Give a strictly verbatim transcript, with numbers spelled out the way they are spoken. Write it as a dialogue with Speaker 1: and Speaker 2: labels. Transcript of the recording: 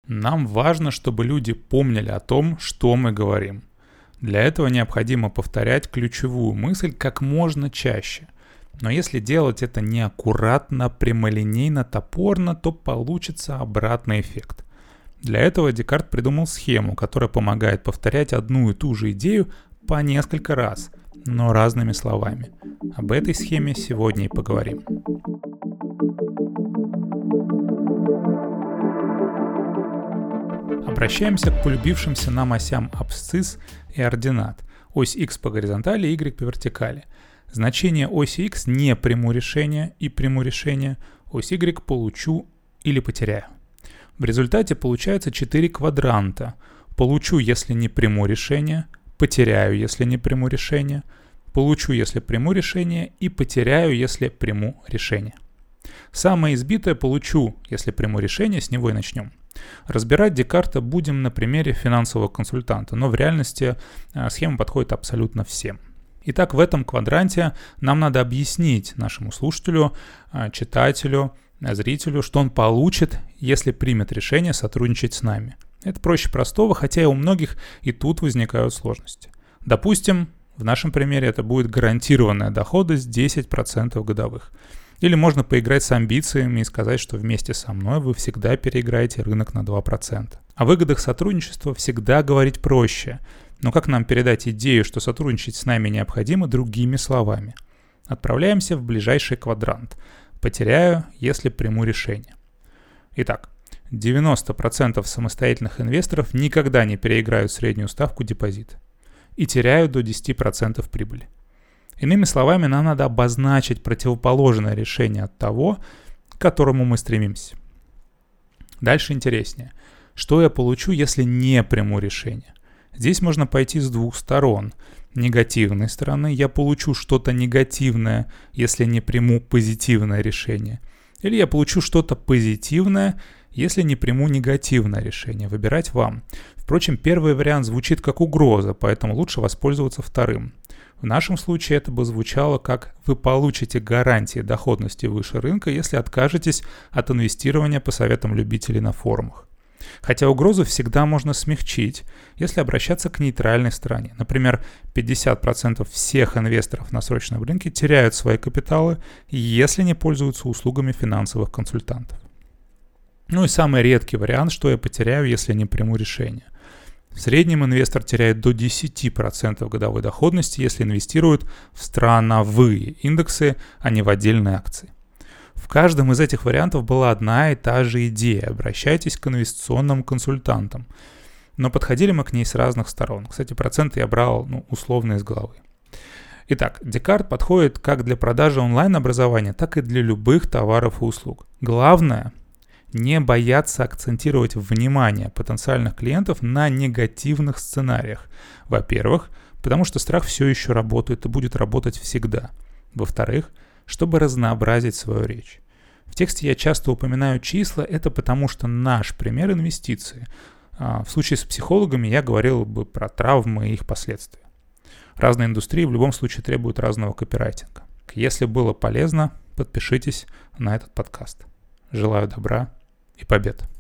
Speaker 1: Нам важно, чтобы люди помнили о том, что мы говорим. Для этого необходимо повторять ключевую мысль как можно чаще. Но если делать это неаккуратно, прямолинейно, топорно, то получится обратный эффект. Для этого Декарт придумал схему, которая помогает повторять одну и ту же идею по несколько раз, но разными словами. Об этой схеме сегодня и поговорим. Обращаемся к полюбившимся нам осям абсцисс и ординат. Ось x по горизонтали, y по вертикали. Значение оси x не приму решение и приму решение, ось y получу или потеряю. В результате получается четыре квадранта. Получу, если не приму решение, потеряю, если не приму решение, получу, если приму решение, и потеряю, если приму решение. Самое избитое получу, если приму решение, с него и начнем. Разбирать Декарта будем на примере финансового консультанта, но в реальности схема подходит абсолютно всем. Итак, в этом квадранте нам надо объяснить нашему слушателю, читателю, зрителю, что он получит, если примет решение сотрудничать с нами. Это проще простого, хотя и у многих и тут возникают сложности. Допустим, в нашем примере это будет гарантированная доходность десять процентов годовых. Или можно поиграть с амбициями и сказать, что вместе со мной вы всегда переиграете рынок на два процента. О выгодах сотрудничества всегда говорить проще. Но как нам передать идею, что сотрудничать с нами необходимо, другими словами? Отправляемся в ближайший квадрант. Потеряю, если приму решение. Итак, девяносто процентов самостоятельных инвесторов никогда не переиграют среднюю ставку депозита и теряют до десять процентов прибыли. Иными словами, нам надо обозначить противоположное решение от того, к которому мы стремимся. Дальше интереснее. Что я получу, если не приму решение? Здесь можно пойти с двух сторон. Негативной стороны я получу что-то негативное, если не приму позитивное решение. Или я получу что-то позитивное, если не приму негативное решение. Выбирать вам. Впрочем, первый вариант звучит как угроза, поэтому лучше воспользоваться вторым. В нашем случае это бы звучало как «вы получите гарантии доходности выше рынка, если откажетесь от инвестирования по советам любителей на форумах». Хотя угрозу всегда можно смягчить, если обращаться к нейтральной стороне. Например, пятьдесят процентов всех инвесторов на срочном рынке теряют свои капиталы, если не пользуются услугами финансовых консультантов. Ну и самый редкий вариант, что я потеряю, если не приму решение. В среднем инвестор теряет до десять процентов годовой доходности, если инвестирует в страновые индексы, а не в отдельные акции. В каждом из этих вариантов была одна и та же идея. Обращайтесь к инвестиционным консультантам. Но подходили мы к ней с разных сторон. Кстати, проценты я брал ну, условно из головы. Итак, Декарт подходит как для продажи онлайн-образования, так и для любых товаров и услуг. Главное – не бояться акцентировать внимание потенциальных клиентов на негативных сценариях. Во-первых, потому что страх все еще работает и будет работать всегда. Во-вторых, чтобы разнообразить свою речь. В тексте я часто упоминаю числа, это потому что наш пример инвестиции. В случае с психологами я говорил бы про травмы и их последствия. Разные индустрии в любом случае требуют разного копирайтинга. Если было полезно, подпишитесь на этот подкаст. Желаю добра и побед.